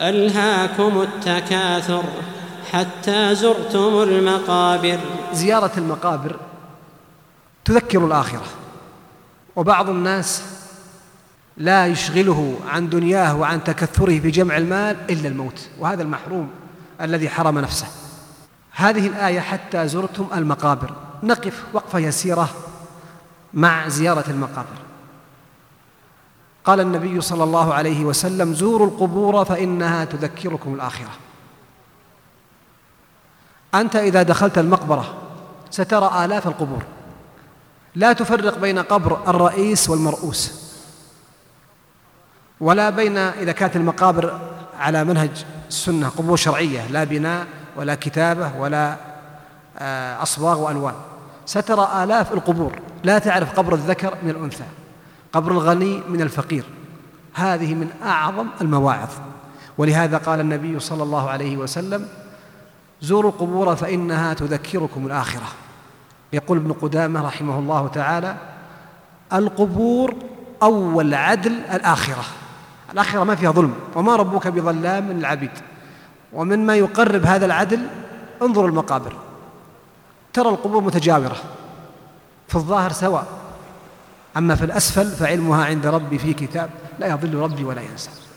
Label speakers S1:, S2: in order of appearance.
S1: ألهاكم التكاثر حتى زرتم المقابر.
S2: زيارة المقابر تذكر الآخرة، وبعض الناس لا يشغله عن دنياه وعن تكثره في جمع المال إلا الموت، وهذا المحروم الذي حرم نفسه. هذه الآية حتى زرتم المقابر، نقف وقفة يسيرة مع زيارة المقابر. قال النبي صلى الله عليه وسلم: زوروا القبور فإنها تذكركم الآخرة. أنت إذا دخلت المقبرة سترى آلاف القبور، لا تفرق بين قبر الرئيس والمرؤوس، ولا بين، إذا كانت المقابر على منهج السنة قبور شرعية لا بناء ولا كتابة ولا أصباغ وألوان، سترى آلاف القبور، لا تعرف قبر الذكر من الأنثى، قبر الغني من الفقير. هذه من أعظم المواعظ، ولهذا قال النبي صلى الله عليه وسلم: زوروا القبور فإنها تذكركم الآخرة. يقول ابن قدامة رحمه الله تعالى: القبور أول عدل الآخرة. الآخرة ما فيها ظلم، وما ربك بظلام للعبيد. ومما يقرب هذا العدل انظروا المقابر، ترى القبور متجاورة في الظاهر سواء، أما في الأسفل فعلمها عند ربي في كتاب لا يضل ربي ولا ينسى.